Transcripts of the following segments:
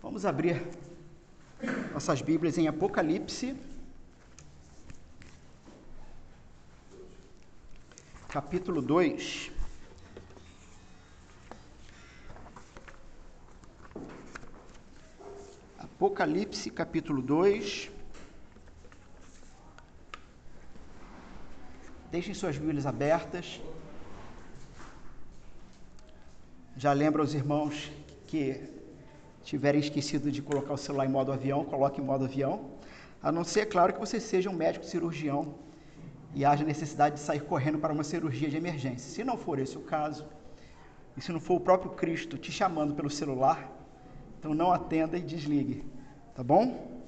Vamos abrir nossas Bíblias em Apocalipse, capítulo 2. Apocalipse, capítulo 2. Deixem suas Bíblias abertas. Já lembro aos irmãos que tiverem esquecido de colocar o celular em modo avião, coloque em modo avião. A não ser, claro, que você seja um médico cirurgião e haja necessidade de sair correndo para uma cirurgia de emergência. Se não for esse o caso, e se não for o próprio Cristo te chamando pelo celular, então não atenda e desligue, tá bom?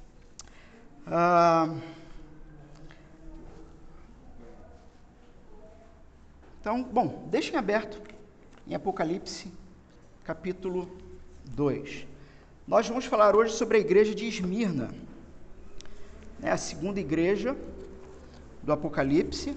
Então, bom, deixem aberto em Apocalipse, capítulo 2. Nós vamos falar hoje sobre a igreja de Esmirna, a segunda igreja do Apocalipse.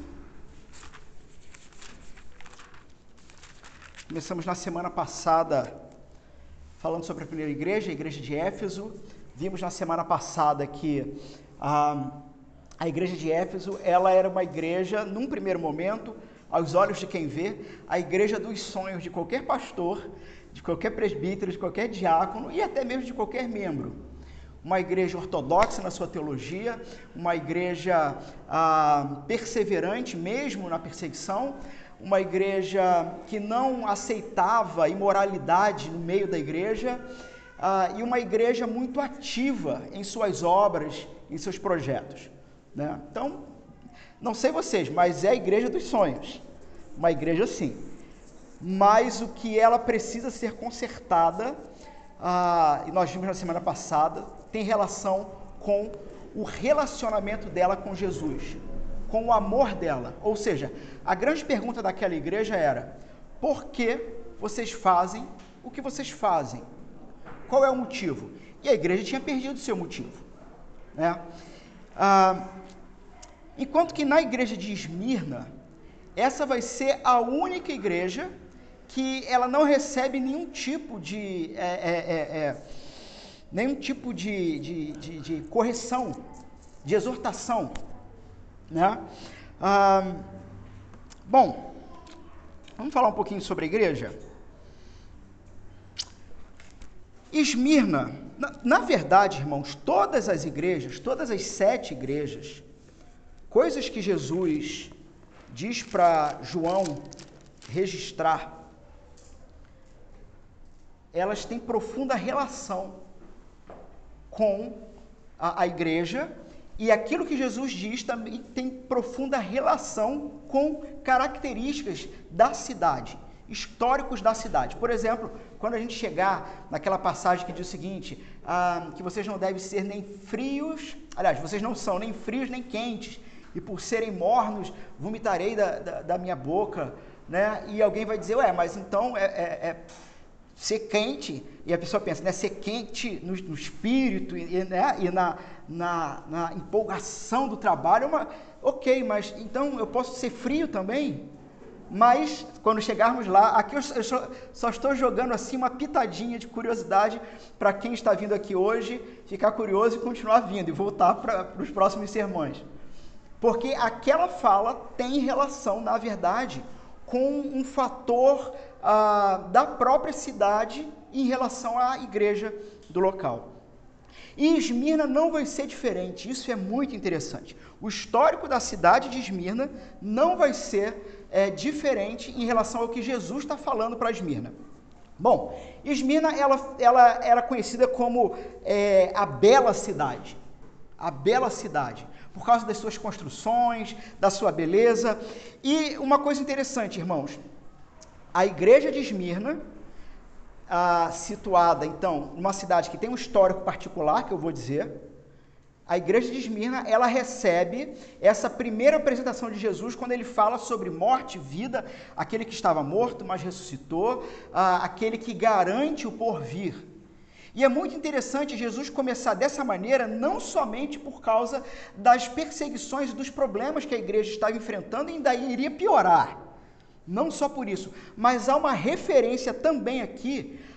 Começamos na semana passada falando sobre a primeira igreja, a igreja de Éfeso. Vimos na semana passada que a igreja de Éfeso, ela era uma igreja, num primeiro momento, aos olhos de quem vê, a igreja dos sonhos de qualquer pastor, de qualquer presbítero, de qualquer diácono e até mesmo de qualquer membro. Uma igreja ortodoxa na sua teologia, uma igreja perseverante mesmo na perseguição, uma igreja que não aceitava imoralidade no meio da igreja, e uma igreja muito ativa em suas obras, em seus projetos, né? Então, não sei vocês, mas é a igreja dos sonhos, uma igreja sim, mas o que ela precisa ser consertada, e nós vimos na semana passada, tem relação com o relacionamento dela com Jesus, com o amor dela. Ou seja, a grande pergunta daquela igreja era: por que vocês fazem o que vocês fazem? Qual é o motivo? E a igreja tinha perdido o seu motivo, né? Enquanto que na igreja de Esmirna, essa vai ser a única igreja que ela não recebe nenhum tipo de correção, de exortação, né? Bom, vamos falar um pouquinho sobre a igreja. Esmirna, na verdade, irmãos, todas as igrejas, todas as 7 igrejas, coisas que Jesus diz para João registrar, elas têm profunda relação com a igreja, e aquilo que Jesus diz também tem profunda relação com características da cidade, históricos da cidade. Por exemplo, quando a gente chegar naquela passagem que diz o seguinte, que vocês não devem ser nem frios, aliás, vocês não são nem frios nem quentes, e por serem mornos, vomitarei da minha boca, né? E alguém vai dizer, mas então ser quente, e a pessoa pensa, né, ser quente no espírito né, e na empolgação do trabalho, ok, mas então eu posso ser frio também? Mas quando chegarmos lá, aqui eu só estou jogando assim uma pitadinha de curiosidade para quem está vindo aqui hoje ficar curioso e continuar vindo e voltar para os próximos sermões. Porque aquela fala tem relação, na verdade, com um fator da própria cidade em relação à igreja do local. E Esmirna não vai ser diferente, isso é muito interessante. O histórico da cidade de Esmirna não vai ser diferente em relação ao que Jesus está falando para Esmirna. Bom, Esmirna ela era conhecida como a bela cidade, por causa das suas construções, da sua beleza. E uma coisa interessante, irmãos, a igreja de Esmirna, situada, então, numa cidade que tem um histórico particular, que eu vou dizer, a igreja de Esmirna, ela recebe essa primeira apresentação de Jesus, quando ele fala sobre morte e vida, aquele que estava morto, mas ressuscitou, aquele que garante o porvir. E é muito interessante Jesus começar dessa maneira, não somente por causa das perseguições e dos problemas que a igreja estava enfrentando, e ainda iria piorar. Não só por isso, mas há uma referência também aqui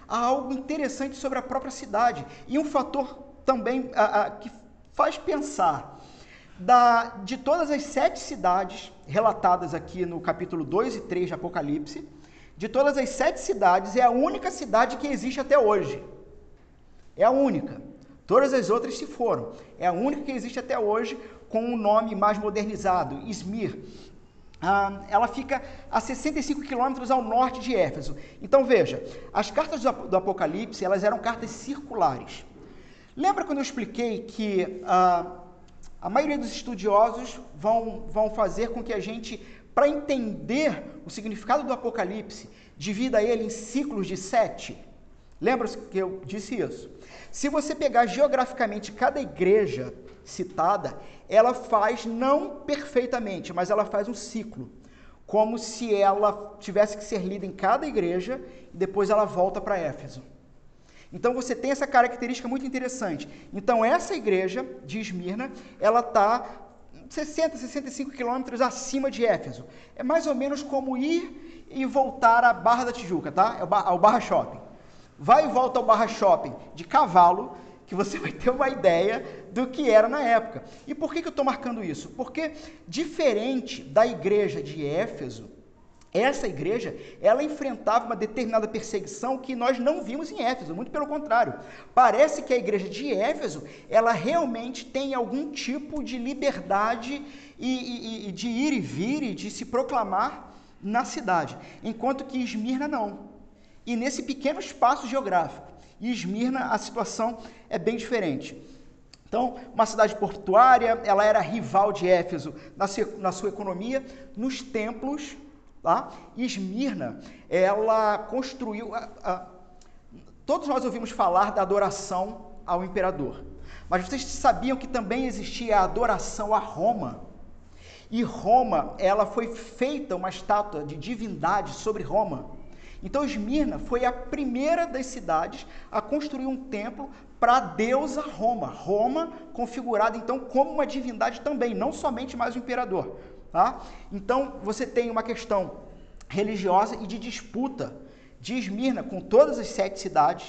há algo interessante sobre a própria cidade. E um fator também que faz pensar, de todas as 7 cidades relatadas aqui no capítulo 2 e 3 de Apocalipse, de todas as 7 cidades, é a única cidade que existe até hoje. É a única. Todas as outras se foram. É a única que existe até hoje com um nome mais modernizado, Izmir. Ela fica a 65 quilômetros ao norte de Éfeso. Então veja, as cartas do Apocalipse, elas eram cartas circulares. Lembra quando eu expliquei que a maioria dos estudiosos vão fazer com que a gente, para entender o significado do Apocalipse, divida ele em ciclos de 7? Lembra que eu disse isso? Se você pegar geograficamente cada igreja citada, ela faz, não perfeitamente, mas ela faz um ciclo, como se ela tivesse que ser lida em cada igreja e depois ela volta para Éfeso. Então você tem essa característica muito interessante. Então essa igreja de Esmirna, ela está 60, 65 quilômetros acima de Éfeso. É mais ou menos como ir e voltar à Barra da Tijuca, tá? Ao Barra Shopping. Vai e volta ao Barra Shopping de cavalo, que você vai ter uma ideia do que era na época. E por que eu estou marcando isso? Porque, diferente da igreja de Éfeso, essa igreja, ela enfrentava uma determinada perseguição que nós não vimos em Éfeso, muito pelo contrário. Parece que a igreja de Éfeso, ela realmente tem algum tipo de liberdade e de ir e vir e de se proclamar na cidade, enquanto que Esmirna não. E nesse pequeno espaço geográfico, em Esmirna, a situação é bem diferente. Então, uma cidade portuária, ela era rival de Éfeso na sua economia, nos templos, tá? Esmirna, ela construiu... todos nós ouvimos falar da adoração ao imperador, mas vocês sabiam que também existia a adoração a Roma? E Roma, ela foi feita uma estátua de divindade sobre Roma. Então, Esmirna foi a primeira das cidades a construir um templo para a deusa Roma. Roma configurada, então, como uma divindade também, não somente mais o imperador. Tá? Então, você tem uma questão religiosa e de disputa de Esmirna com todas as 7 cidades,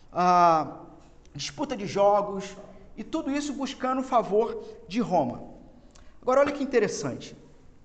disputa de jogos, e tudo isso buscando o favor de Roma. Agora, olha que interessante.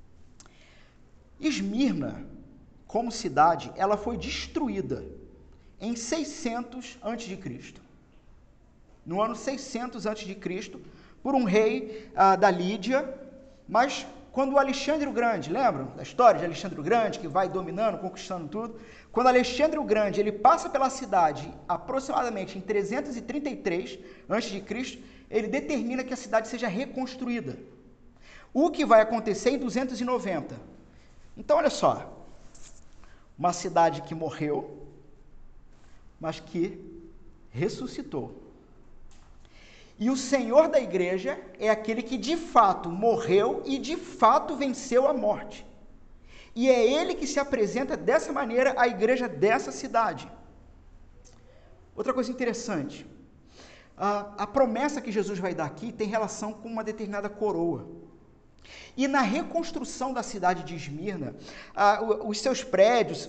Esmirna, como cidade, ela foi destruída em 600 a.C. No ano 600 a.C., por um rei da Lídia, mas quando Alexandre o Grande, lembram da história de Alexandre o Grande, que vai dominando, conquistando tudo? Quando Alexandre o Grande ele passa pela cidade aproximadamente em 333 a.C., ele determina que a cidade seja reconstruída. O que vai acontecer em 290. Então, olha só. Uma cidade que morreu, mas que ressuscitou. E o Senhor da igreja é aquele que de fato morreu e de fato venceu a morte. E é ele que se apresenta dessa maneira à igreja dessa cidade. Outra coisa interessante, a promessa que Jesus vai dar aqui tem relação com uma determinada coroa. E na reconstrução da cidade de Esmirna, os seus prédios,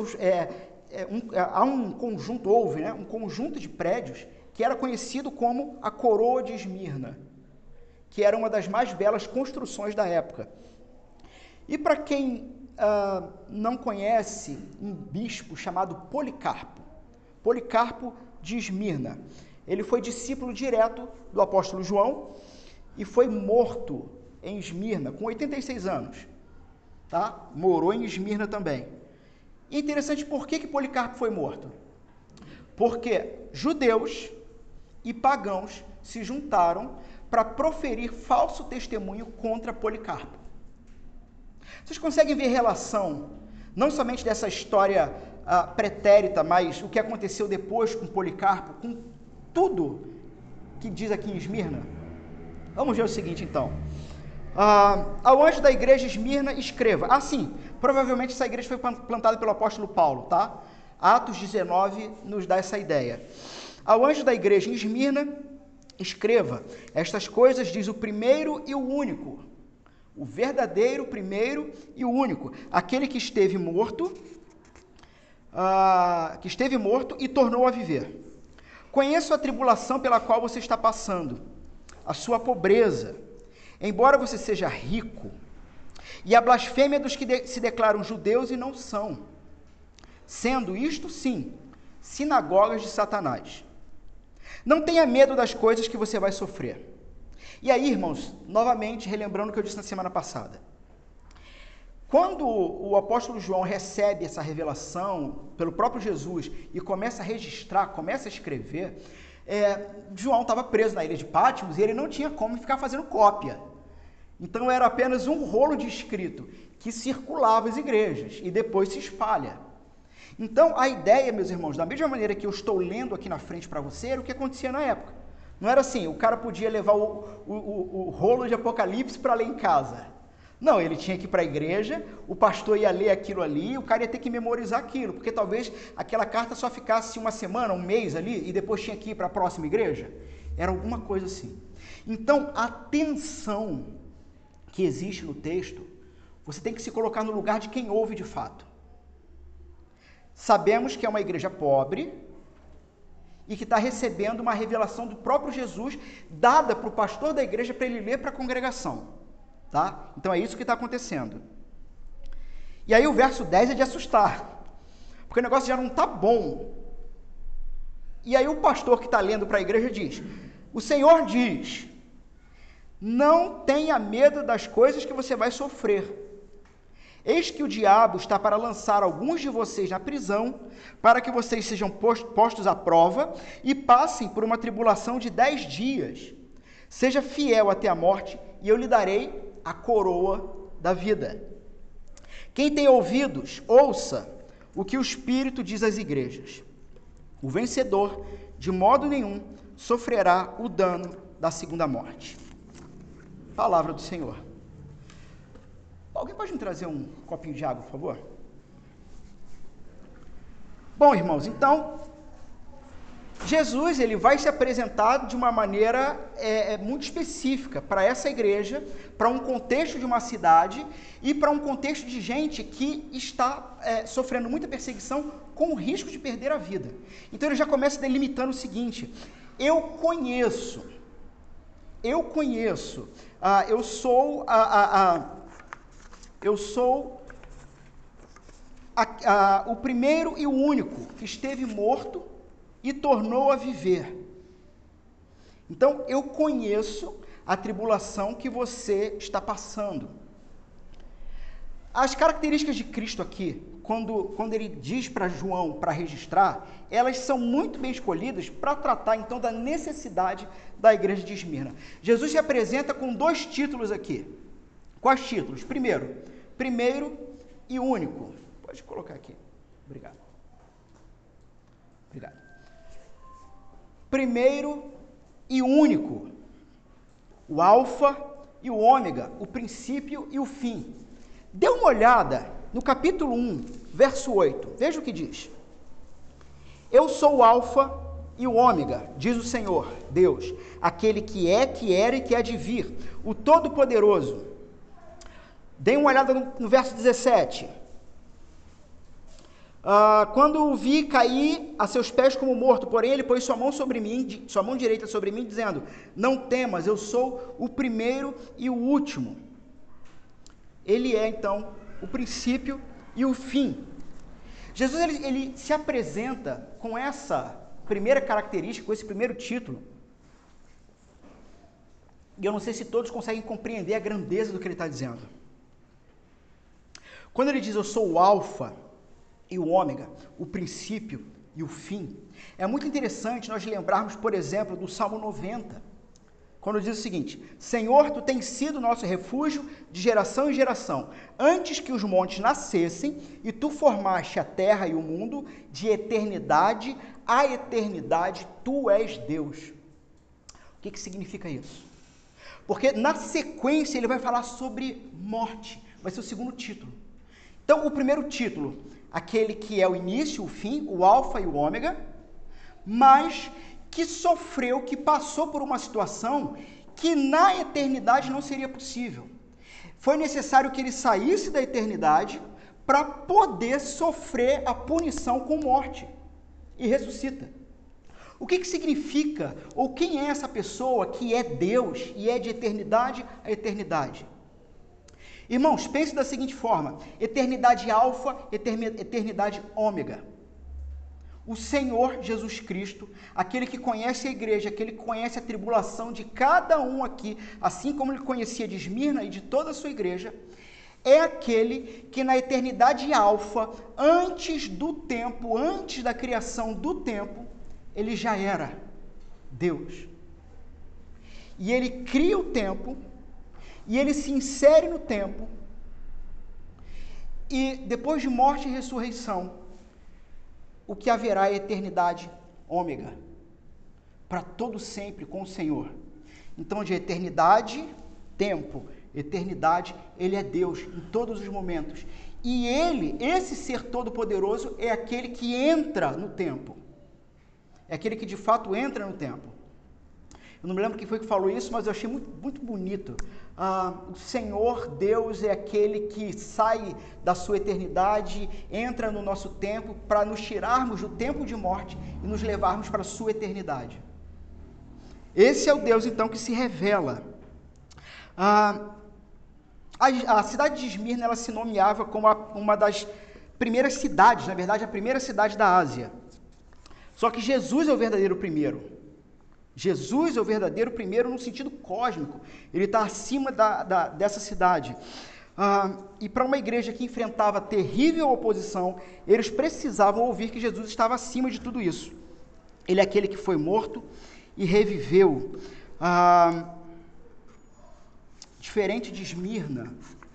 um conjunto de prédios que era conhecido como a Coroa de Esmirna, que era uma das mais belas construções da época. E para quem não conhece um bispo chamado Policarpo de Esmirna, ele foi discípulo direto do apóstolo João e foi morto em Esmirna, com 86 anos, tá? Morou em Esmirna também. E é interessante por que Policarpo foi morto. Porque judeus e pagãos se juntaram para proferir falso testemunho contra Policarpo. Vocês conseguem ver relação, não somente dessa história pretérita, mas o que aconteceu depois com Policarpo, com tudo que diz aqui em Esmirna? Vamos ver o seguinte, então. Ao anjo da igreja Esmirna, escreva. Sim, provavelmente essa igreja foi plantada pelo apóstolo Paulo, tá? Atos 19 nos dá essa ideia. Ao anjo da igreja em Esmirna, escreva. Estas coisas diz o primeiro e o único, o verdadeiro primeiro e o único, aquele que esteve morto que esteve morto e tornou a viver. Conheço a tribulação pela qual você está passando, a sua pobreza, embora você seja rico, e a blasfêmia dos que se declaram judeus e não são, sendo isto, sim, sinagogas de Satanás. Não tenha medo das coisas que você vai sofrer. E aí, irmãos, novamente, relembrando o que eu disse na semana passada. Quando o apóstolo João recebe essa revelação pelo próprio Jesus e começa a registrar, começa a escrever, João estava preso na ilha de Patmos e ele não tinha como ficar fazendo cópia. Então era apenas um rolo de escrito que circulava as igrejas e depois se espalha. Então a ideia, meus irmãos, da mesma maneira que eu estou lendo aqui na frente para você, era o que acontecia na época. Não era assim, o cara podia levar o rolo de Apocalipse para ler em casa. Não, ele tinha que ir para a igreja, o pastor ia ler aquilo ali, o cara ia ter que memorizar aquilo, porque talvez aquela carta só ficasse uma semana, um mês ali, e depois tinha que ir para a próxima igreja. Era alguma coisa assim. Então, a tensão que existe no texto, você tem que se colocar no lugar de quem ouve de fato. Sabemos que é uma igreja pobre e que está recebendo uma revelação do próprio Jesus, dada para o pastor da igreja para ele ler para a congregação. Tá? Então é isso que está acontecendo. E aí o verso 10 é de assustar, porque o negócio já não está bom. E aí o pastor que está lendo para a igreja diz, o Senhor diz, não tenha medo das coisas que você vai sofrer. Eis que o diabo está para lançar alguns de vocês na prisão, para que vocês sejam postos à prova e passem por uma tribulação de 10 dias. Seja fiel até a morte, e eu lhe darei a coroa da vida. Quem tem ouvidos, ouça o que o Espírito diz às igrejas. O vencedor, de modo nenhum, sofrerá o dano da segunda morte. Palavra do Senhor. Alguém pode me trazer um copinho de água, por favor? Bom, irmãos, então, Jesus ele vai se apresentar de uma maneira muito específica para essa igreja, para um contexto de uma cidade e para um contexto de gente que está sofrendo muita perseguição com o risco de perder a vida. Então ele já começa delimitando o seguinte, eu sou o primeiro e o único que esteve morto e tornou a viver. Então, eu conheço a tribulação que você está passando. As características de Cristo aqui, quando ele diz para João para registrar, elas são muito bem escolhidas para tratar, então, da necessidade da igreja de Esmirna. Jesus se apresenta com 2 títulos aqui. Quais títulos? Primeiro e único. Pode colocar aqui. Obrigado. Primeiro e único, o alfa e o ômega, o princípio e o fim. Dê uma olhada no capítulo 1, verso 8, veja o que diz. Eu sou o alfa e o ômega, diz o Senhor, Deus, aquele que é, que era e que há de vir, o Todo-Poderoso. Dê uma olhada no verso 17. Quando o vi cair a seus pés como morto, porém ele pôs sua mão direita sobre mim, dizendo, não temas, eu sou o primeiro e o último. Ele é, então, o princípio e o fim. Jesus, ele se apresenta com essa primeira característica, com esse primeiro título. E eu não sei se todos conseguem compreender a grandeza do que ele está dizendo. Quando ele diz, eu sou o alfa e o ômega, o princípio e o fim, é muito interessante nós lembrarmos, por exemplo, do Salmo 90, quando diz o seguinte, Senhor, tu tens sido nosso refúgio de geração em geração, antes que os montes nascessem, e tu formaste a terra e o mundo, de eternidade a eternidade, tu és Deus. O que significa isso? Porque na sequência ele vai falar sobre morte, vai ser o segundo título. Então, o primeiro título, aquele que é o início, o fim, o alfa e o ômega, mas que sofreu, que passou por uma situação que na eternidade não seria possível. Foi necessário que ele saísse da eternidade para poder sofrer a punição com morte e ressuscita. O que significa, ou quem é essa pessoa que é Deus e é de eternidade a eternidade? Irmãos, pense da seguinte forma: eternidade alfa, eternidade ômega. O Senhor Jesus Cristo, aquele que conhece a igreja, aquele que conhece a tribulação de cada um aqui, assim como ele conhecia de Esmirna e de toda a sua igreja, é aquele que na eternidade alfa, antes do tempo, antes da criação do tempo, ele já era Deus. E ele cria o tempo, e ele se insere no tempo, e depois de morte e ressurreição, o que haverá é a eternidade ômega, para todo sempre com o Senhor. Então, de eternidade, tempo, eternidade, ele é Deus em todos os momentos. E ele, esse ser todo-poderoso, é aquele que entra no tempo. É aquele que de fato entra no tempo. Eu não me lembro quem foi que falou isso, mas eu achei muito bonito. O Senhor Deus é aquele que sai da sua eternidade, entra no nosso tempo para nos tirarmos do tempo de morte e nos levarmos para a sua eternidade. Esse é o Deus, então, que se revela. A cidade de Esmirna, ela se nomeava como uma das primeiras cidades, na verdade, a primeira cidade da Ásia. Só que Jesus é o verdadeiro primeiro. Jesus é o verdadeiro primeiro no sentido cósmico. Ele está acima dessa cidade. E para uma igreja que enfrentava terrível oposição, eles precisavam ouvir que Jesus estava acima de tudo isso. Ele é aquele que foi morto e reviveu. Diferente de Esmirna,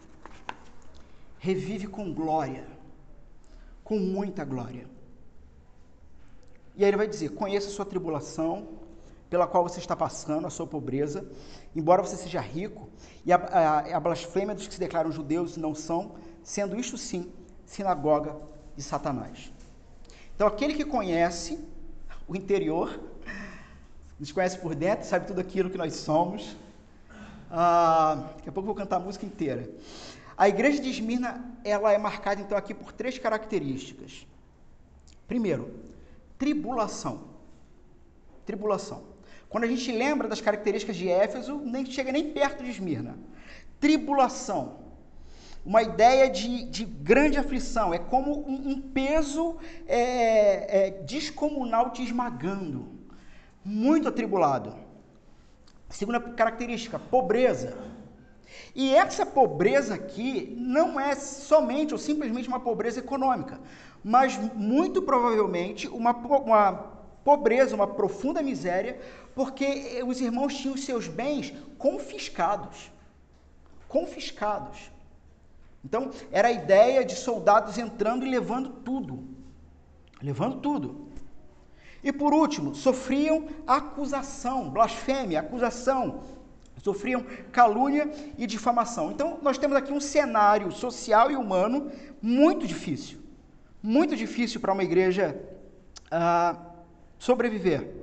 revive com glória, com muita glória. E aí ele vai dizer: conheça a sua tribulação, pela qual você está passando, a sua pobreza, embora você seja rico, e a blasfêmia dos que se declaram judeus e não são, sendo isto sim, sinagoga de Satanás. Então, aquele que conhece o interior, nos conhece por dentro, sabe tudo aquilo que nós somos. Daqui a pouco eu vou cantar a música inteira. A igreja de Esmirna, ela é marcada então aqui por 3 características. Primeiro, tribulação. Tribulação. Quando a gente lembra das características de Éfeso, nem chega nem perto de Esmirna. Tribulação. Uma ideia de grande aflição. É como um peso descomunal te esmagando. Muito atribulado. Segunda característica, pobreza. E essa pobreza aqui não é somente ou simplesmente uma pobreza econômica, mas muito provavelmente uma pobreza, uma profunda miséria, porque os irmãos tinham os seus bens confiscados. Confiscados. Então, era a ideia de soldados entrando e levando tudo. Levando tudo. E por último, sofriam acusação, blasfêmia, acusação. Sofriam calúnia e difamação. Então, nós temos aqui um cenário social e humano muito difícil. Muito difícil para uma igreja sobreviver.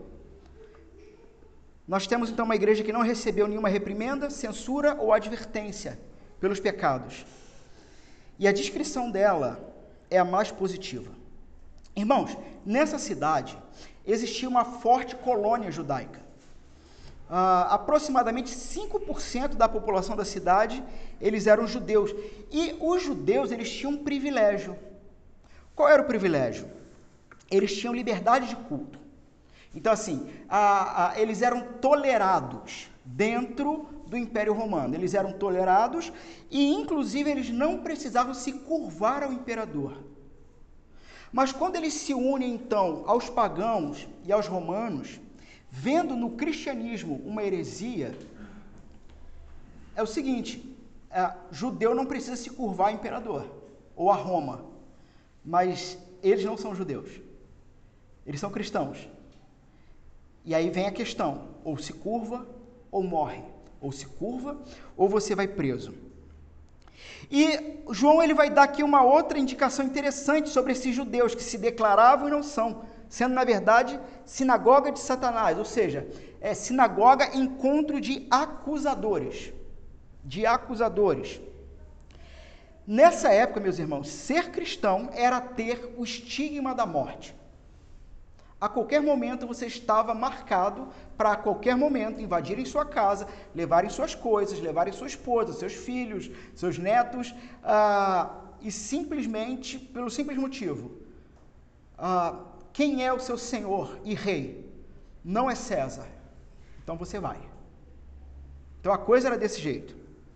Nós temos então uma igreja que não recebeu nenhuma reprimenda, censura ou advertência pelos pecados. E a descrição dela é a mais positiva. Irmãos, nessa cidade existia uma forte colônia judaica. Aproximadamente 5% da população da cidade, eles eram judeus. E os judeus, eles tinham um privilégio. Qual era o privilégio? Eles tinham liberdade de culto. Então, assim, eles eram tolerados dentro do Império Romano. Eles eram tolerados e, inclusive, eles não precisavam se curvar ao imperador. Mas quando eles se unem, então, aos pagãos e aos romanos, vendo no cristianismo uma heresia, é o seguinte: judeu não precisa se curvar ao imperador ou a Roma, mas eles não são judeus, eles são cristãos. E aí vem a questão: ou se curva ou morre, ou se curva ou você vai preso. E João ele vai dar aqui uma outra indicação interessante sobre esses judeus que se declaravam e não são, sendo na verdade sinagoga de Satanás, ou seja, sinagoga, encontro de acusadores. Nessa época, meus irmãos, ser cristão era ter o estigma da morte. A qualquer momento você estava marcado para a qualquer momento invadirem sua casa, levarem suas coisas, levarem sua esposa, seus filhos, seus netos, e simplesmente, pelo simples motivo, quem é o seu Senhor e Rei? Não é César. Então você vai. Então a coisa era desse jeito.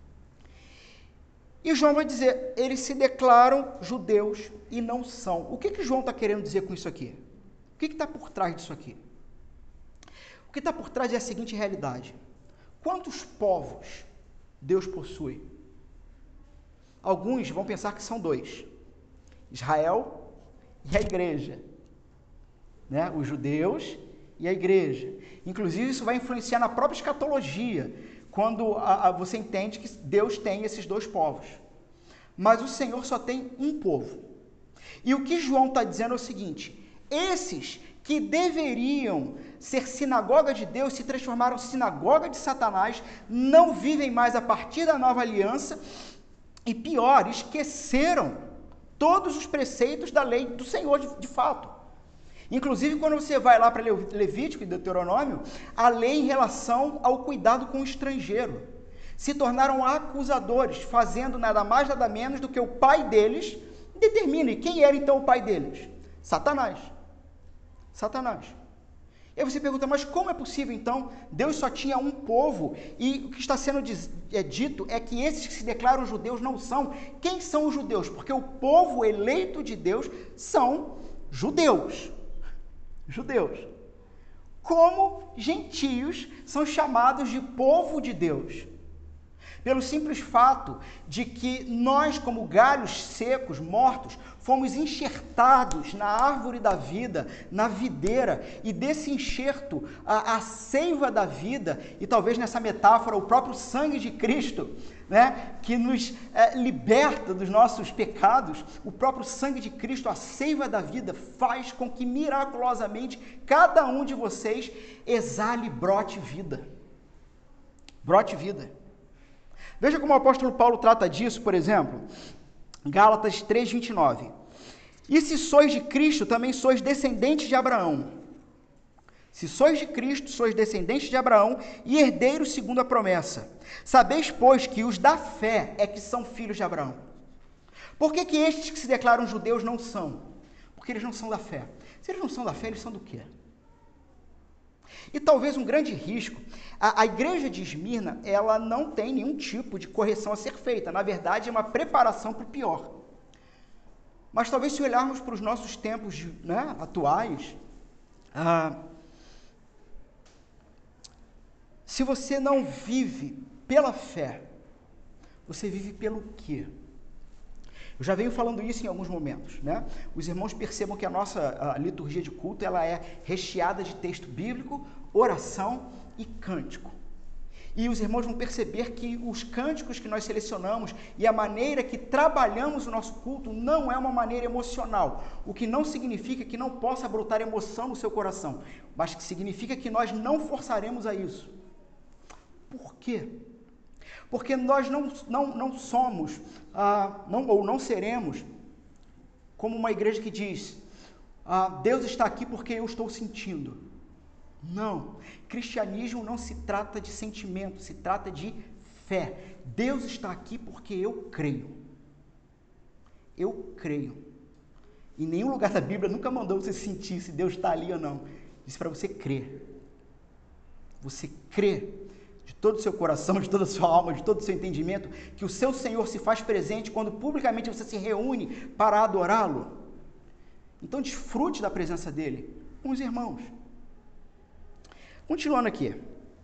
E João vai dizer, eles se declaram judeus e não são. O que João está querendo dizer com isso aqui? O que está por trás disso aqui? O que está por trás é a seguinte realidade. Quantos povos Deus possui? Alguns vão pensar que são 2. Israel e a igreja. Né? Os judeus e a igreja. Inclusive, isso vai influenciar na própria escatologia, quando você entende que Deus tem esses 2 povos. Mas o Senhor só tem um povo. E o que João está dizendo é o seguinte, esses que deveriam ser sinagoga de Deus se transformaram em sinagoga de Satanás, não vivem mais a partir da nova aliança e, pior, esqueceram todos os preceitos da lei do Senhor de fato. Inclusive, quando você vai lá para Levítico e Deuteronômio, a lei em relação ao cuidado com o estrangeiro. Se tornaram acusadores, fazendo nada mais, nada menos do que o pai deles determina. E quem era então o pai deles? Satanás. Satanás. E aí você pergunta, mas como é possível então? Deus só tinha um povo e o que está sendo dito é que esses que se declaram judeus não são. Quem são os judeus? Porque o povo eleito de Deus são judeus. Judeus. Como gentios são chamados de povo de Deus? Pelo simples fato de que nós, como galhos secos, mortos, fomos enxertados na árvore da vida, na videira, e desse enxerto, a seiva da vida, e talvez nessa metáfora, o próprio sangue de Cristo, né, que nos liberta dos nossos pecados, o próprio sangue de Cristo, a seiva da vida, faz com que miraculosamente cada um de vocês exale, brote vida. Brote vida. Veja como o apóstolo Paulo trata disso, por exemplo, Gálatas 3:29. E se sois de Cristo, também sois descendentes de Abraão. Se sois de Cristo, sois descendentes de Abraão e herdeiros segundo a promessa. Sabeis, pois, que os da fé é que são filhos de Abraão. Por que estes que se declaram judeus não são? Porque eles não são da fé. Se eles não são da fé, eles são do quê? E talvez um grande risco, a igreja de Esmirna, ela não tem nenhum tipo de correção a ser feita. Na verdade, é uma preparação para o pior. Mas talvez se olharmos para os nossos tempos, né, atuais, se você não vive pela fé, você vive pelo quê? Eu já venho falando isso em alguns momentos, né? Os irmãos percebam que a nossa liturgia de culto, ela é recheada de texto bíblico, oração e cântico. E os irmãos vão perceber que os cânticos que nós selecionamos e a maneira que trabalhamos o nosso culto não é uma maneira emocional, o que não significa que não possa brotar emoção no seu coração, mas que significa que nós não forçaremos a isso. Por quê? Porque nós não somos, não seremos como uma igreja que diz, Deus está aqui porque eu estou sentindo. Não, cristianismo não se trata de sentimento, se trata de fé. Deus está aqui porque eu creio. Eu creio. Em nenhum lugar da Bíblia nunca mandou você sentir se Deus está ali ou não. Disse para você crer. Você crê de todo o seu coração, de toda a sua alma, de todo o seu entendimento, que o seu Senhor se faz presente quando publicamente você se reúne para adorá-lo. Então desfrute da presença dele com os irmãos. Continuando aqui.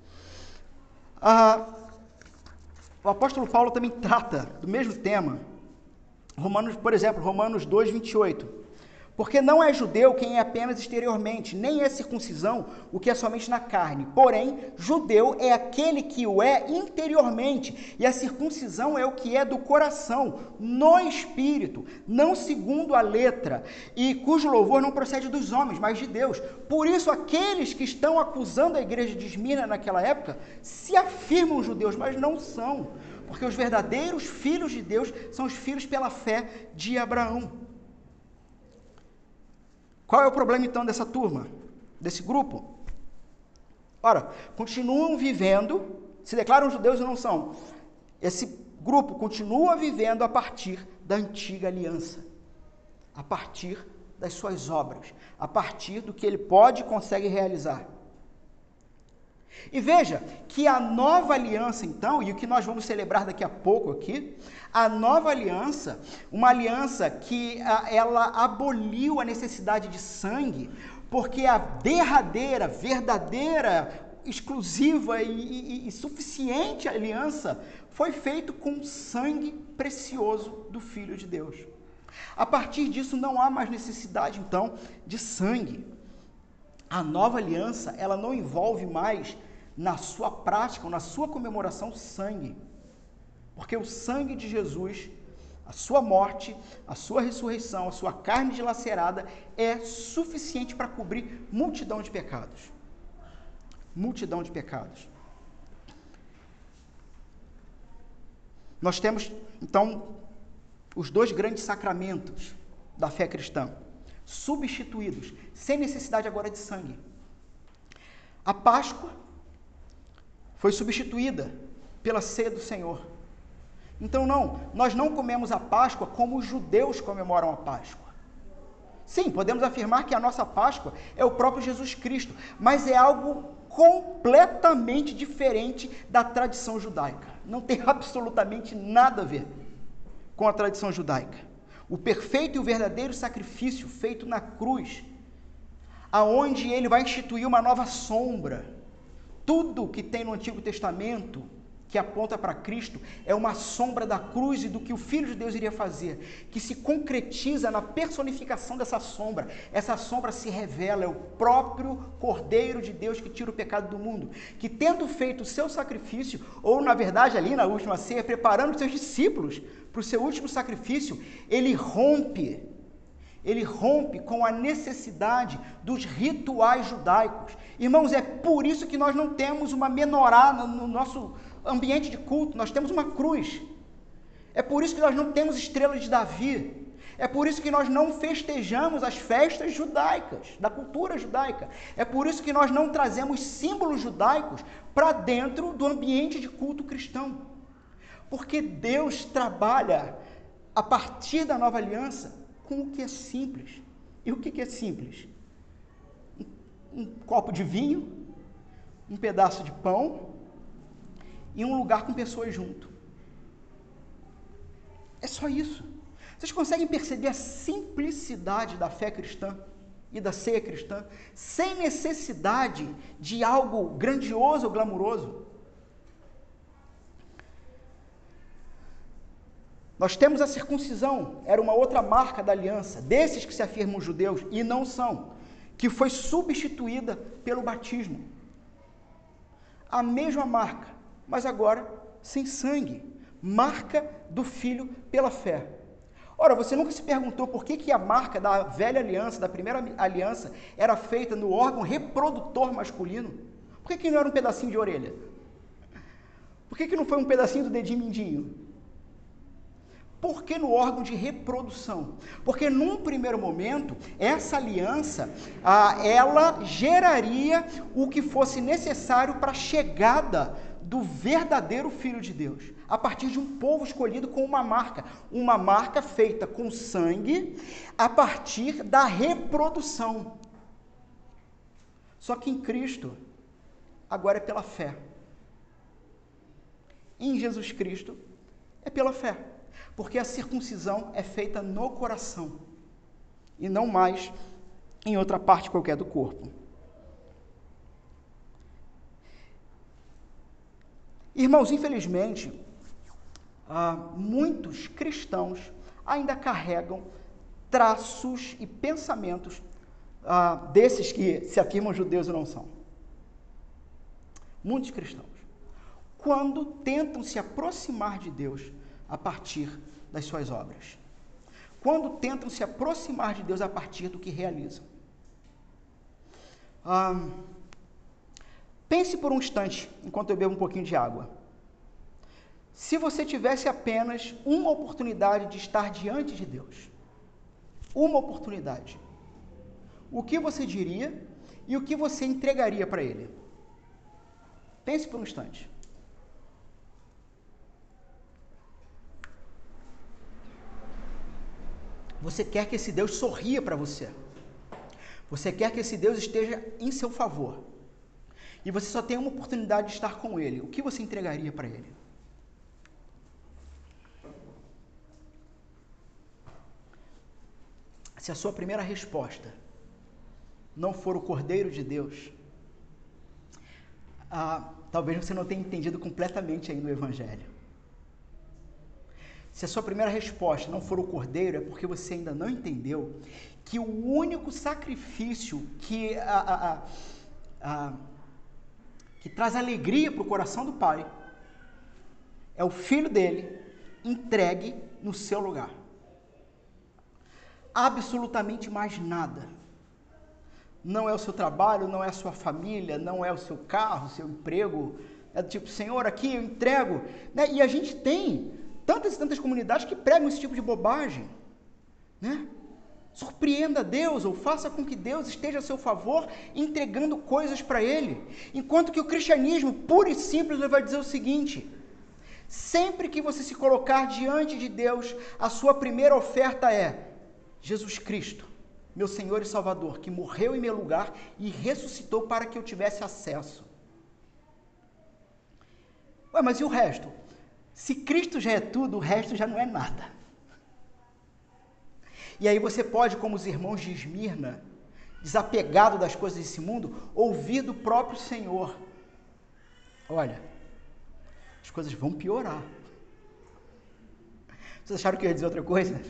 O apóstolo Paulo também trata do mesmo tema. Por exemplo, Romanos 2:28. Porque não é judeu quem é apenas exteriormente, nem é circuncisão o que é somente na carne. Porém, judeu é aquele que o é interiormente, e a circuncisão é o que é do coração, no espírito, não segundo a letra, e cujo louvor não procede dos homens, mas de Deus. Por isso, aqueles que estão acusando a igreja de Esmirna naquela época, se afirmam judeus, mas não são. Porque os verdadeiros filhos de Deus são os filhos pela fé de Abraão. Qual é o problema então dessa turma, desse grupo? Ora, continuam vivendo, se declaram judeus e não são. Esse grupo continua vivendo a partir da antiga aliança, a partir das suas obras, a partir do que ele pode e consegue realizar. E veja que a nova aliança, então, e o que nós vamos celebrar daqui a pouco aqui, a nova aliança, uma aliança que ela aboliu a necessidade de sangue, porque a derradeira, verdadeira, exclusiva e suficiente aliança foi feita com sangue precioso do Filho de Deus. A partir disso não há mais necessidade, então, de sangue. A nova aliança, ela não envolve mais na sua prática, ou na sua comemoração, sangue. Porque o sangue de Jesus, a sua morte, a sua ressurreição, a sua carne dilacerada, é suficiente para cobrir multidão de pecados. Multidão de pecados. Nós temos, então, os dois grandes sacramentos da fé cristã, substituídos, sem necessidade agora de sangue. A Páscoa foi substituída pela ceia do Senhor. Então nós não comemos a Páscoa como os judeus comemoram a Páscoa. Sim, podemos afirmar que a nossa Páscoa é o próprio Jesus Cristo, mas é algo completamente diferente da tradição judaica. Não tem absolutamente nada a ver com a tradição judaica. O perfeito e o verdadeiro sacrifício feito na cruz, aonde ele vai instituir uma nova sombra. Tudo que tem no Antigo Testamento, que aponta para Cristo, é uma sombra da cruz e do que o Filho de Deus iria fazer, que se concretiza na personificação dessa sombra. Essa sombra se revela, é o próprio Cordeiro de Deus que tira o pecado do mundo, que tendo feito o seu sacrifício, ou na verdade ali na última ceia, preparando os seus discípulos para o seu último sacrifício, ele rompe com a necessidade dos rituais judaicos. Irmãos, é por isso que nós não temos uma menorá no nosso ambiente de culto, nós temos uma cruz. É por isso que nós não temos estrela de Davi. É por isso que nós não festejamos as festas judaicas, da cultura judaica. É por isso que nós não trazemos símbolos judaicos para dentro do ambiente de culto cristão. Porque Deus trabalha a partir da nova aliança com o que é simples. E o que é simples? Um copo de vinho, um pedaço de pão e um lugar com pessoas junto. É só isso. Vocês conseguem perceber a simplicidade da fé cristã e da ceia cristã, sem necessidade de algo grandioso ou glamuroso? Nós temos a circuncisão, era uma outra marca da aliança, desses que se afirmam judeus e não são, que foi substituída pelo batismo. A mesma marca, mas agora sem sangue, marca do Filho pela fé. Ora, você nunca se perguntou por que a marca da velha aliança, da primeira aliança, era feita no órgão reprodutor masculino? Por que não era um pedacinho de orelha? Por que não foi um pedacinho do dedinho mindinho? Por que no órgão de reprodução? Porque num primeiro momento, essa aliança, ela geraria o que fosse necessário para a chegada do verdadeiro Filho de Deus, a partir de um povo escolhido com uma marca feita com sangue, a partir da reprodução. Só que em Cristo, agora é pela fé. Em Jesus Cristo, é pela fé. Porque a circuncisão é feita no coração e não mais em outra parte qualquer do corpo. Irmãos, infelizmente, muitos cristãos ainda carregam traços e pensamentos desses que se afirmam judeus e não são. Muitos cristãos, quando tentam se aproximar de Deus a partir das suas obras. Quando tentam se aproximar de Deus a partir do que realizam. Pense por um instante, enquanto eu bebo um pouquinho de água. se você tivesse apenas uma oportunidade de estar diante de Deus, uma oportunidade, o que você diria e o que você entregaria para Ele? Pense por um instante. Você quer que esse Deus sorria para você. Você quer que esse Deus esteja em seu favor. E você só tem uma oportunidade de estar com Ele. O que você entregaria para Ele? Se a sua primeira resposta não for o Cordeiro de Deus, talvez você não tenha entendido completamente ainda o Evangelho. Se a sua primeira resposta não for o Cordeiro, é porque você ainda não entendeu que o único sacrifício que traz alegria para o coração do Pai é o Filho dele entregue no seu lugar. Absolutamente mais nada. Não é o seu trabalho, não é a sua família, não é o seu carro, o seu emprego. É do tipo, Senhor, aqui eu entrego. Né? E a gente tem tantas e tantas comunidades que pregam esse tipo de bobagem. Né? Surpreenda Deus, ou faça com que Deus esteja a seu favor, entregando coisas para Ele. Enquanto que o cristianismo, puro e simples, vai dizer o seguinte: sempre que você se colocar diante de Deus, a sua primeira oferta é Jesus Cristo, meu Senhor e Salvador, que morreu em meu lugar e ressuscitou para que eu tivesse acesso. Ué, mas e o resto? Se Cristo já é tudo, o resto já não é nada. E aí você pode, como os irmãos de Esmirna, desapegado das coisas desse mundo, ouvir do próprio Senhor: olha, as coisas vão piorar. Vocês acharam que eu ia dizer outra coisa?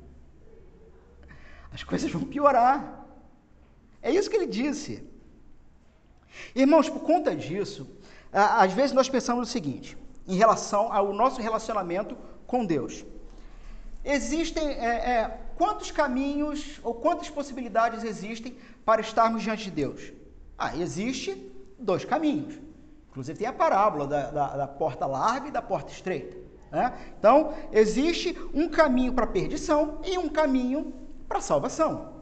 As coisas vão piorar. É isso que ele disse. Irmãos, por conta disso, às vezes nós pensamos o seguinte, em relação ao nosso relacionamento com Deus. Existem quantos caminhos ou quantas possibilidades existem para estarmos diante de Deus? Existe 2 caminhos. Inclusive tem a parábola da porta larga e da porta estreita. Né? Então, existe um caminho para a perdição e um caminho para a salvação.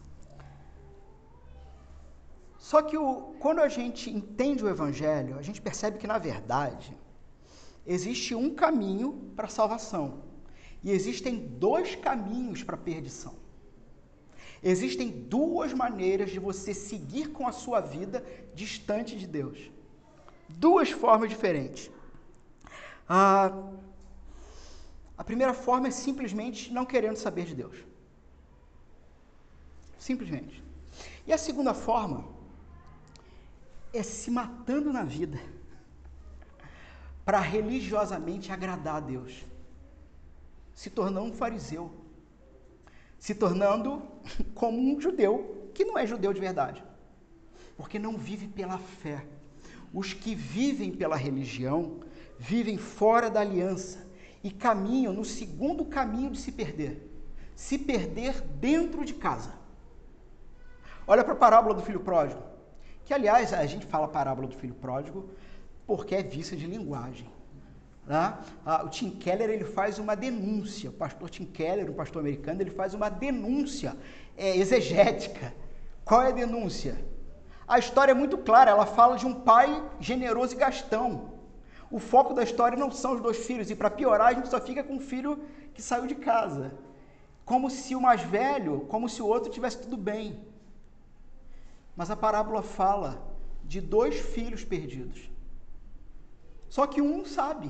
Só que quando a gente entende o Evangelho, a gente percebe que, na verdade, existe um caminho para a salvação e existem 2 caminhos para a perdição. Existem 2 maneiras de você seguir com a sua vida distante de Deus. 2 formas diferentes. A primeira forma é simplesmente não querendo saber de Deus. Simplesmente. E a segunda forma é se matando na vida para religiosamente agradar a Deus. Se tornando um fariseu. Se tornando como um judeu que não é judeu de verdade. Porque não vive pela fé. Os que vivem pela religião vivem fora da aliança e caminham no segundo caminho de se perder. Se perder dentro de casa. Olha para a parábola do filho pródigo, que, aliás, a gente fala parábola do filho pródigo porque é vício de linguagem. Né? O Tim Keller, ele faz uma denúncia, o pastor Tim Keller, um pastor americano, ele faz uma denúncia exegética. Qual é a denúncia? A história é muito clara, ela fala de um pai generoso e gastão. O foco da história não são os 2 filhos, e para piorar, a gente só fica com o filho que saiu de casa. Como se o mais velho, como se o outro tivesse tudo bem. Mas a parábola fala de 2 filhos perdidos. Só que um não sabe.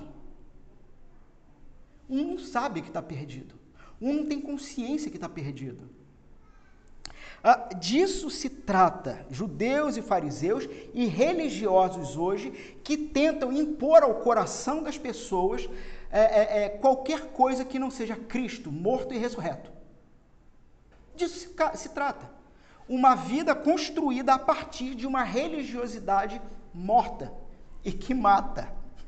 Um não sabe que está perdido. Um não tem consciência que está perdido. Disso se trata judeus e fariseus e religiosos hoje que tentam impor ao coração das pessoas qualquer coisa que não seja Cristo, morto e ressurreto. Disso se trata. Uma vida construída a partir de uma religiosidade morta e que mata.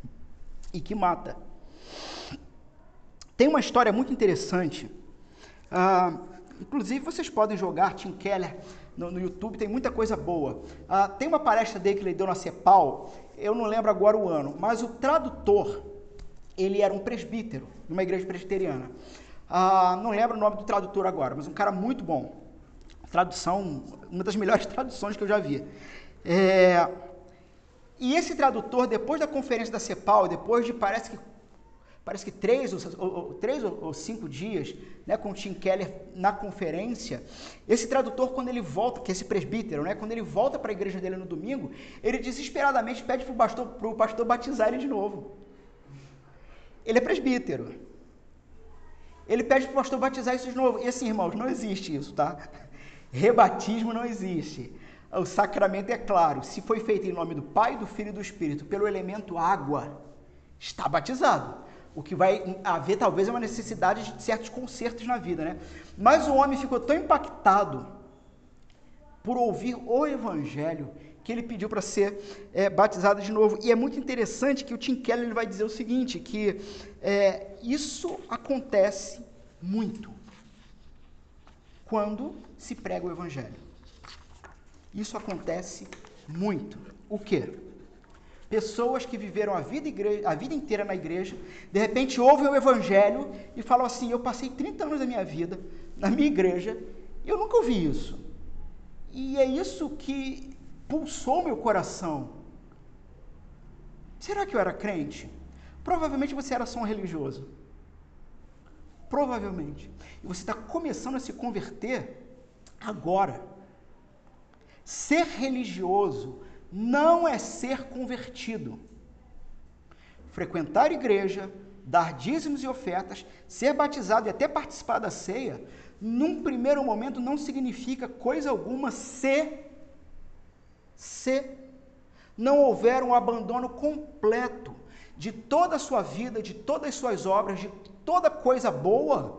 Tem uma história muito interessante. Inclusive, vocês podem jogar Tim Keller no YouTube, tem muita coisa boa. Tem uma palestra dele que ele deu na CEPAL, eu não lembro agora o ano, mas o tradutor ele era um presbítero, numa igreja presbiteriana. Não lembro o nome do tradutor agora, mas um cara muito bom. Tradução, uma das melhores traduções que eu já vi. E esse tradutor, depois da conferência da CEPAL, depois de parece que 3 ou 5 dias, né, com o Tim Keller na conferência, esse tradutor, quando ele volta, que é esse presbítero, né, quando ele volta para a igreja dele no domingo, ele desesperadamente pede para o pastor batizar ele de novo. Ele é presbítero. Ele pede para o pastor batizar isso de novo. E assim, irmãos, não existe isso, tá? Rebatismo não existe. O sacramento é claro. Se foi feito em nome do Pai, do Filho e do Espírito, pelo elemento água, está batizado. O que vai haver, talvez, é uma necessidade de certos consertos na vida, né? Mas o homem ficou tão impactado por ouvir o Evangelho que ele pediu para ser batizado de novo. E é muito interessante que o Tim Keller ele vai dizer o seguinte, que isso acontece muito quando se prega o Evangelho. Isso acontece muito. O quê? Pessoas que viveram a vida inteira na igreja, de repente ouvem o Evangelho e falam assim, eu passei 30 anos da minha vida na minha igreja e eu nunca ouvi isso. E é isso que pulsou meu coração. Será que eu era crente? Provavelmente você era só um religioso. Provavelmente. E você está começando a se converter agora. Ser religioso não é ser convertido. Frequentar a igreja, dar dízimos e ofertas, ser batizado e até participar da ceia, num primeiro momento não significa coisa alguma se não houver um abandono completo de toda a sua vida, de todas as suas obras, de toda coisa boa.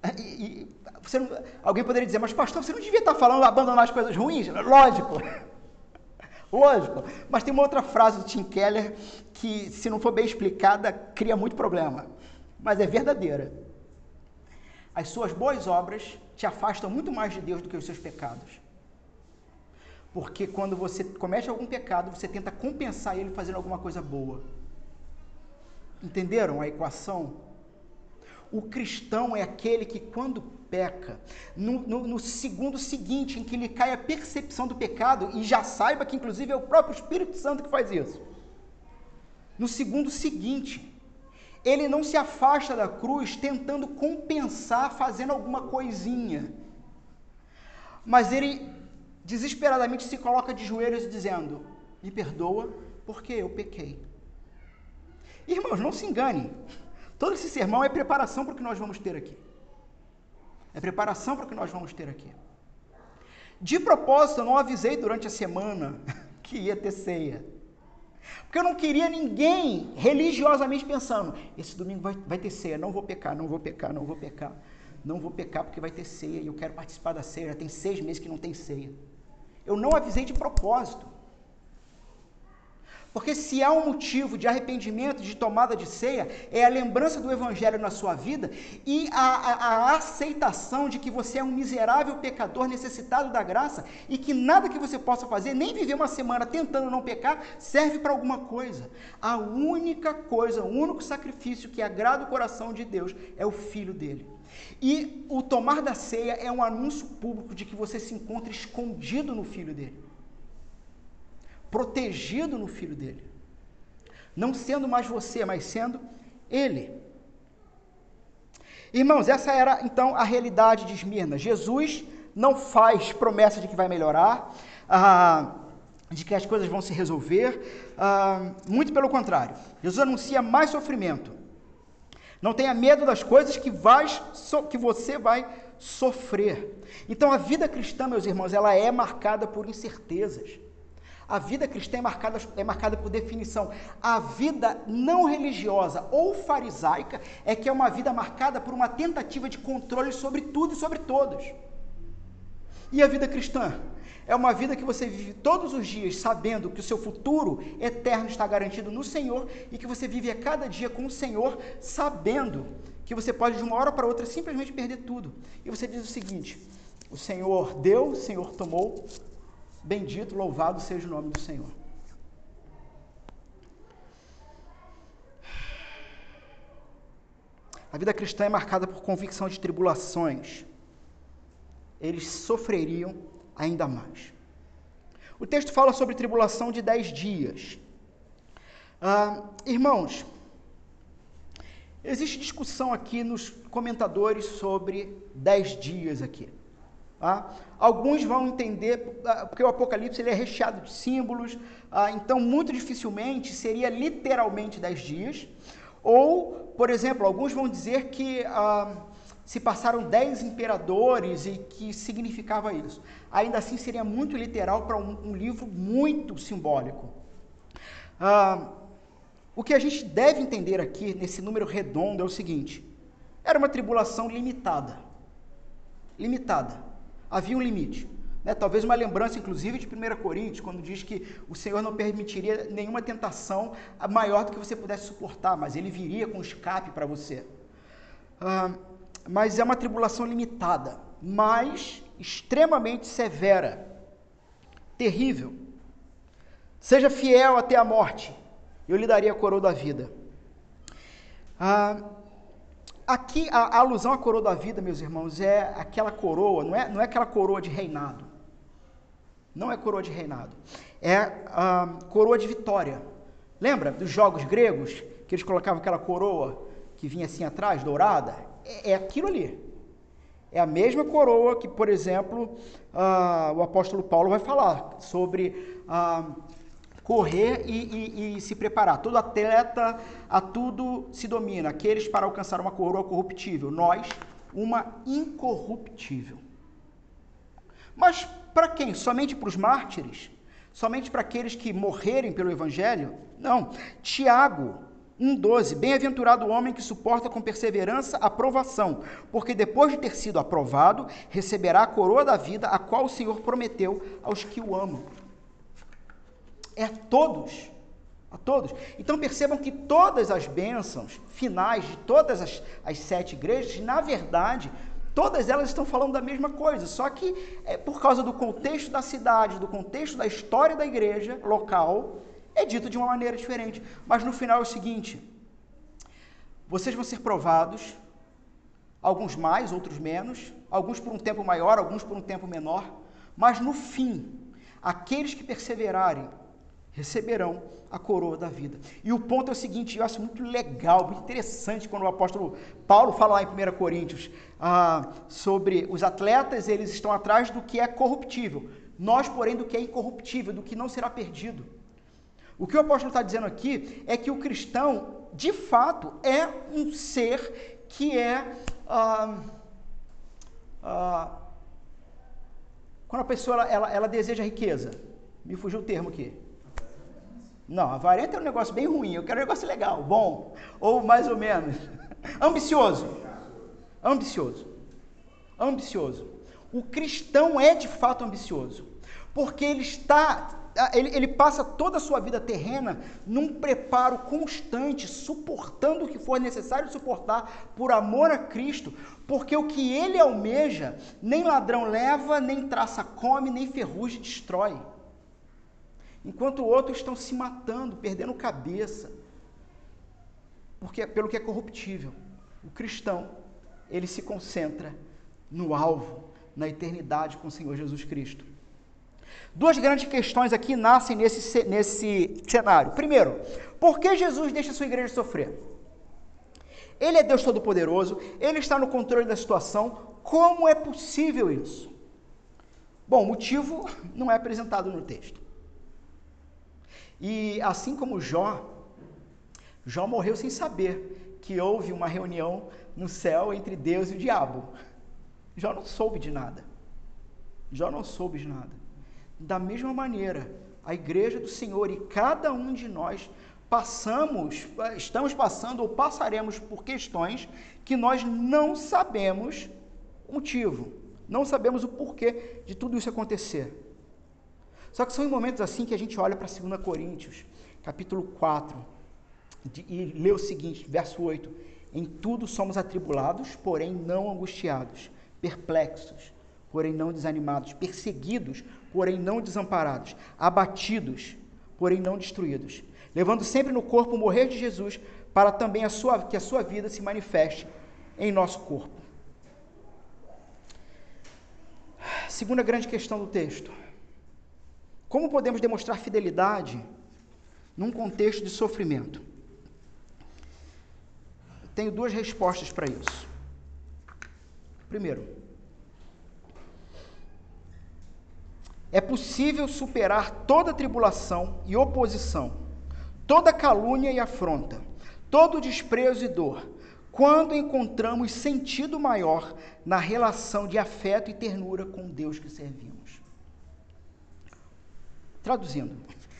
Alguém poderia dizer, mas pastor, você não devia estar falando abandonar as coisas ruins? Lógico. Lógico, mas tem uma outra frase do Tim Keller que, se não for bem explicada, cria muito problema, mas é verdadeira. As suas boas obras te afastam muito mais de Deus do que os seus pecados. Porque quando você comete algum pecado, você tenta compensar ele fazendo alguma coisa boa. Entenderam a equação? O cristão é aquele que, quando peca, no segundo seguinte em que lhe cai a percepção do pecado, e já saiba que inclusive é o próprio Espírito Santo que faz isso, no segundo seguinte, ele não se afasta da cruz tentando compensar fazendo alguma coisinha, mas ele desesperadamente se coloca de joelhos dizendo, me perdoa porque eu pequei. Irmãos, não se enganem, todo esse sermão é preparação para o que nós vamos ter aqui. É preparação para o que nós vamos ter aqui. De propósito, eu não avisei durante a semana que ia ter ceia. Porque eu não queria ninguém religiosamente pensando, esse domingo vai ter ceia, não vou pecar porque vai ter ceia e eu quero participar da ceia, já tem 6 meses que não tem ceia. Eu não avisei de propósito. Porque se há um motivo de arrependimento, de tomada de ceia, é a lembrança do Evangelho na sua vida e a aceitação de que você é um miserável pecador necessitado da graça e que nada que você possa fazer, nem viver uma semana tentando não pecar, serve para alguma coisa. A única coisa, o único sacrifício que agrada o coração de Deus é o Filho dele. E o tomar da ceia é um anúncio público de que você se encontra escondido no Filho dele. Protegido no Filho dele, não sendo mais você, mas sendo ele. Irmãos, essa era então a realidade de Esmirna. Jesus não faz promessa de que vai melhorar, de que as coisas vão se resolver, muito pelo contrário. Jesus anuncia mais sofrimento. Não tenha medo das coisas que você vai sofrer. Então a vida cristã, meus irmãos, ela é marcada por incertezas. A vida cristã é marcada por definição. A vida não religiosa ou farisaica é que é uma vida marcada por uma tentativa de controle sobre tudo e sobre todos. E a vida cristã é uma vida que você vive todos os dias sabendo que o seu futuro eterno está garantido no Senhor e que você vive a cada dia com o Senhor sabendo que você pode de uma hora para outra simplesmente perder tudo. E você diz o seguinte, o Senhor deu, o Senhor tomou, bendito, louvado seja o nome do Senhor. a vida cristã é marcada por convicção de tribulações, eles sofreriam ainda mais. O texto fala sobre tribulação de 10 dias. Irmãos, existe discussão aqui nos comentadores sobre 10 dias aqui. Alguns vão entender, porque o Apocalipse ele é recheado de símbolos, então muito dificilmente seria literalmente 10 dias. Ou, por exemplo, alguns vão dizer que se passaram 10 imperadores e que significava isso. Ainda assim seria muito literal para um livro muito simbólico. O que a gente deve entender aqui, nesse número redondo, é o seguinte: era uma tribulação limitada. Limitada. Havia um limite. Talvez uma lembrança, inclusive, de 1 Coríntios, quando diz que o Senhor não permitiria nenhuma tentação maior do que você pudesse suportar, mas Ele viria com escape para você. Mas é uma tribulação limitada, mas extremamente severa, terrível. Seja fiel até a morte, eu lhe daria a coroa da vida. Aqui, a alusão à coroa da vida, meus irmãos, é aquela coroa, não é aquela coroa de reinado. Não é coroa de reinado. É a coroa de vitória. Lembra dos jogos gregos, que eles colocavam aquela coroa que vinha assim atrás, dourada? É aquilo ali. É a mesma coroa que, por exemplo, o apóstolo Paulo vai falar sobre correr e se preparar. Todo atleta a tudo se domina. Aqueles para alcançar uma coroa corruptível. Nós, uma incorruptível. Mas para quem? Somente para os mártires? Somente para aqueles que morrerem pelo Evangelho? Não. Tiago 1,12. Bem-aventurado o homem que suporta com perseverança a provação, porque depois de ter sido aprovado, receberá a coroa da vida, a qual o Senhor prometeu aos que o amam. É a todos. A todos. Então percebam que todas as bênçãos finais de todas as 7 igrejas, na verdade, todas elas estão falando da mesma coisa, só que por causa do contexto da cidade, do contexto da história da igreja local, é dito de uma maneira diferente. Mas no final é o seguinte: vocês vão ser provados, alguns mais, outros menos, alguns por um tempo maior, alguns por um tempo menor, mas no fim, aqueles que perseverarem receberão a coroa da vida. E o ponto é o seguinte, eu acho muito legal, muito interessante, quando o apóstolo Paulo fala lá em 1 Coríntios sobre os atletas, eles estão atrás do que é corruptível, nós, porém, do que é incorruptível, do que não será perdido. O que o apóstolo está dizendo aqui é que o cristão, de fato, é um ser que quando a pessoa ela deseja riqueza, me fugiu o termo aqui. Não, avarento é um negócio bem ruim, eu quero um negócio legal, bom, ou mais ou menos. Ambicioso. O cristão é de fato ambicioso, porque ele passa toda a sua vida terrena num preparo constante, suportando o que for necessário suportar por amor a Cristo, porque o que ele almeja, nem ladrão leva, nem traça come, nem ferrugem destrói. Enquanto outros estão se matando, perdendo cabeça, pelo que é corruptível. O cristão, ele se concentra no alvo, na eternidade com o Senhor Jesus Cristo. 2 grandes questões aqui nascem nesse cenário. Primeiro, por que Jesus deixa a sua igreja sofrer? Ele é Deus Todo-Poderoso, Ele está no controle da situação. Como é possível isso? Bom, o motivo não é apresentado no texto. E assim como Jó morreu sem saber que houve uma reunião no céu entre Deus e o diabo. Jó não soube de nada. Da mesma maneira, a igreja do Senhor e cada um de nós estamos passando ou passaremos por questões que nós não sabemos o motivo, não sabemos o porquê de tudo isso acontecer. Só que são em momentos assim que a gente olha para 2 Coríntios, capítulo 4, e lê o seguinte, verso 8: em tudo somos atribulados, porém não angustiados, perplexos, porém não desanimados, perseguidos, porém não desamparados, abatidos, porém não destruídos, levando sempre no corpo o morrer de Jesus, para também que a sua vida se manifeste em nosso corpo. Segunda grande questão do texto. Como podemos demonstrar fidelidade num contexto de sofrimento? Tenho duas respostas para isso. Primeiro, é possível superar toda tribulação e oposição, toda calúnia e afronta, todo desprezo e dor, quando encontramos sentido maior na relação de afeto e ternura com o Deus que servimos. Traduzindo,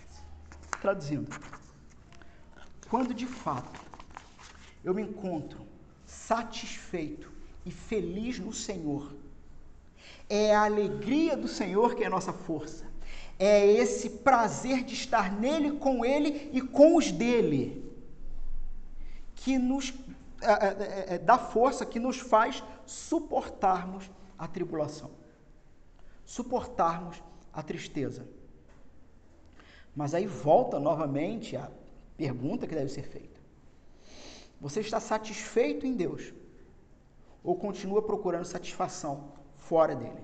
quando de fato eu me encontro satisfeito e feliz no Senhor, é a alegria do Senhor que é a nossa força, é esse prazer de estar nele, com ele e com os dele, que nos dá força, que nos faz suportarmos a tribulação, suportarmos a tristeza. Mas aí volta novamente a pergunta que deve ser feita. Você está satisfeito em Deus? Ou continua procurando satisfação fora dele?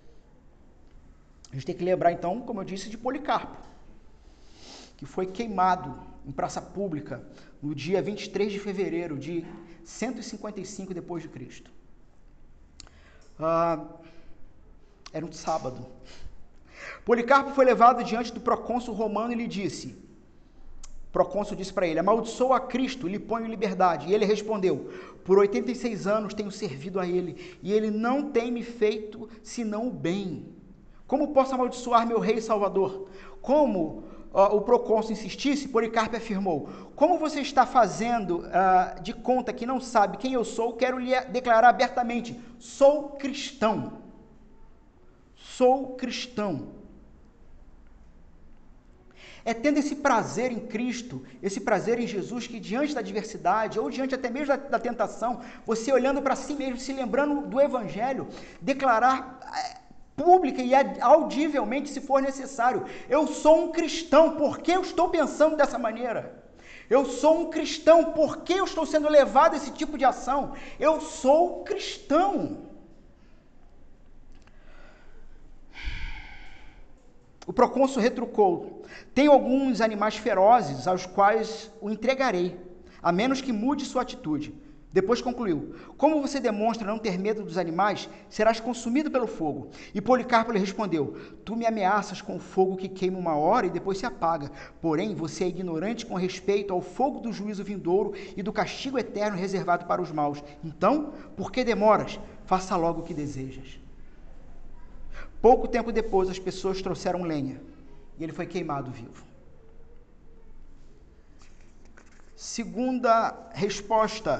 A gente tem que lembrar então, como eu disse, de Policarpo, que foi queimado em praça pública no dia 23 de fevereiro de 155 depois de Cristo. Era um sábado. Policarpo foi levado diante do procônsul romano e lhe disse, o procônsul disse para ele, amaldiçoa a Cristo, lhe ponho em liberdade. E ele respondeu, por 86 anos tenho servido a ele, e ele não tem me feito senão o bem. Como posso amaldiçoar meu rei e salvador? Como o procônsul insistisse, Policarpo afirmou, como você está fazendo de conta que não sabe quem eu sou, quero lhe declarar abertamente, sou cristão. Sou cristão. É tendo esse prazer em Cristo, esse prazer em Jesus, que diante da adversidade, ou diante até mesmo da tentação, você olhando para si mesmo, se lembrando do Evangelho, declarar pública e audivelmente, se for necessário, eu sou um cristão, por que eu estou pensando dessa maneira? Eu sou um cristão, por que eu estou sendo levado a esse tipo de ação? Eu sou cristão. O procônsul retrucou, tenho alguns animais ferozes aos quais o entregarei, a menos que mude sua atitude. Depois concluiu, como você demonstra não ter medo dos animais, serás consumido pelo fogo. E Policarpo lhe respondeu, tu me ameaças com o fogo que queima uma hora e depois se apaga. Porém, você é ignorante com respeito ao fogo do juízo vindouro e do castigo eterno reservado para os maus. Então, por que demoras? Faça logo o que desejas. Pouco tempo depois, as pessoas trouxeram lenha e ele foi queimado vivo. Segunda resposta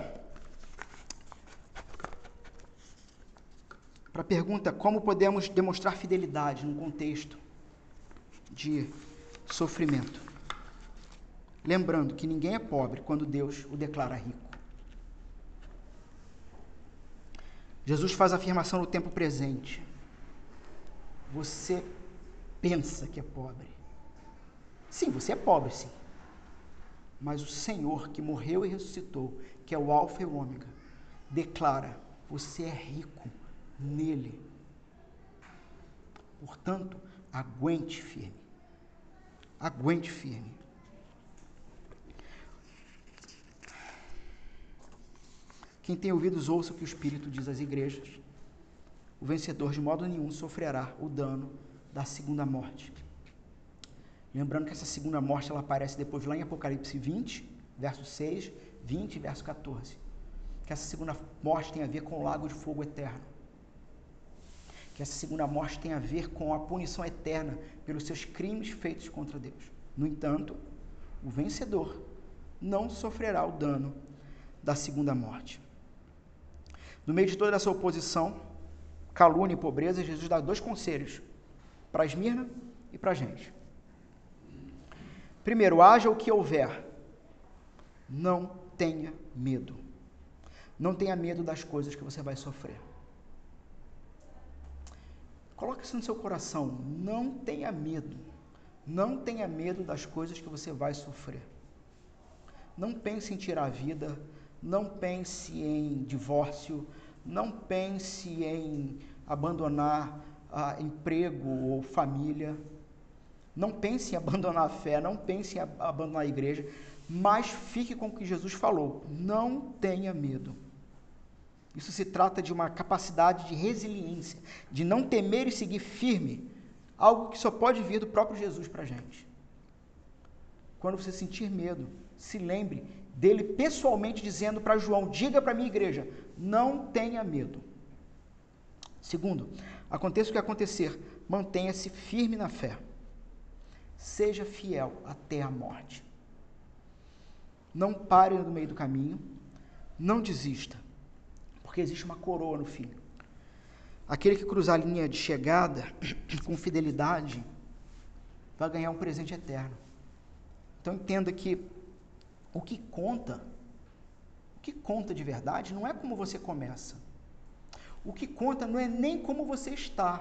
para a pergunta, como podemos demonstrar fidelidade num contexto de sofrimento? Lembrando que ninguém é pobre quando Deus o declara rico. Jesus faz a afirmação no tempo presente. Você pensa que é pobre. Sim, você é pobre, sim. Mas o Senhor que morreu e ressuscitou, que é o Alfa e o Ômega, declara, você é rico nele. Portanto, aguente firme. Aguente firme. Quem tem ouvidos, ouça o que o Espírito diz às igrejas. O vencedor de modo nenhum sofrerá o dano da segunda morte. Lembrando que essa segunda morte ela aparece depois lá em Apocalipse 20, verso 6, 20, verso 14. Que essa segunda morte tem a ver com o lago de fogo eterno. Que essa segunda morte tem a ver com a punição eterna pelos seus crimes feitos contra Deus. No entanto, o vencedor não sofrerá o dano da segunda morte. No meio de toda essa oposição, calúnia e pobreza, Jesus dá dois conselhos para Esmirna e para a gente. Primeiro, haja o que houver, não tenha medo. Não tenha medo das coisas que você vai sofrer. Coloque isso no seu coração, não tenha medo Não tenha medo das coisas que você vai sofrer. Não pense em tirar a vida, não pense em divórcio, não pense em abandonar emprego ou família, não pense em abandonar a fé, não pense em abandonar a igreja, mas fique com o que Jesus falou, não tenha medo. Isso se trata de uma capacidade de resiliência, de não temer e seguir firme, algo que só pode vir do próprio Jesus para a gente. Quando você sentir medo, se lembre dele pessoalmente dizendo para João, diga para a minha igreja, não tenha medo. Segundo, aconteça o que acontecer, mantenha-se firme na fé. Seja fiel até a morte. Não pare no meio do caminho, não desista, porque existe uma coroa no fim. Aquele que cruzar a linha de chegada com fidelidade vai ganhar um presente eterno. Então entenda que o que conta de verdade não é como você começa. O que conta não é nem como você está.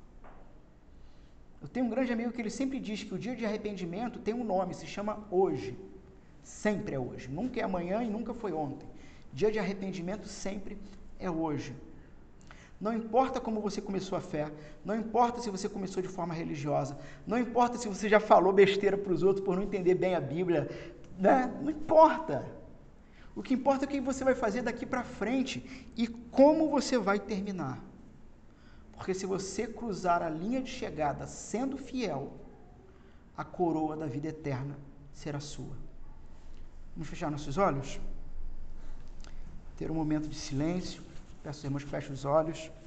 Eu tenho um grande amigo que ele sempre diz que o dia de arrependimento tem um nome, se chama hoje. Sempre é hoje. Nunca é amanhã e nunca foi ontem. Dia de arrependimento sempre é hoje. Não importa como você começou a fé, não importa se você começou de forma religiosa, não importa se você já falou besteira para os outros por não entender bem a Bíblia, né? Não importa. O que importa é o que você vai fazer daqui para frente e como você vai terminar. Porque se você cruzar a linha de chegada sendo fiel, a coroa da vida eterna será sua. Vamos fechar nossos olhos? Ter um momento de silêncio. Peço aos irmãos que fechem os olhos.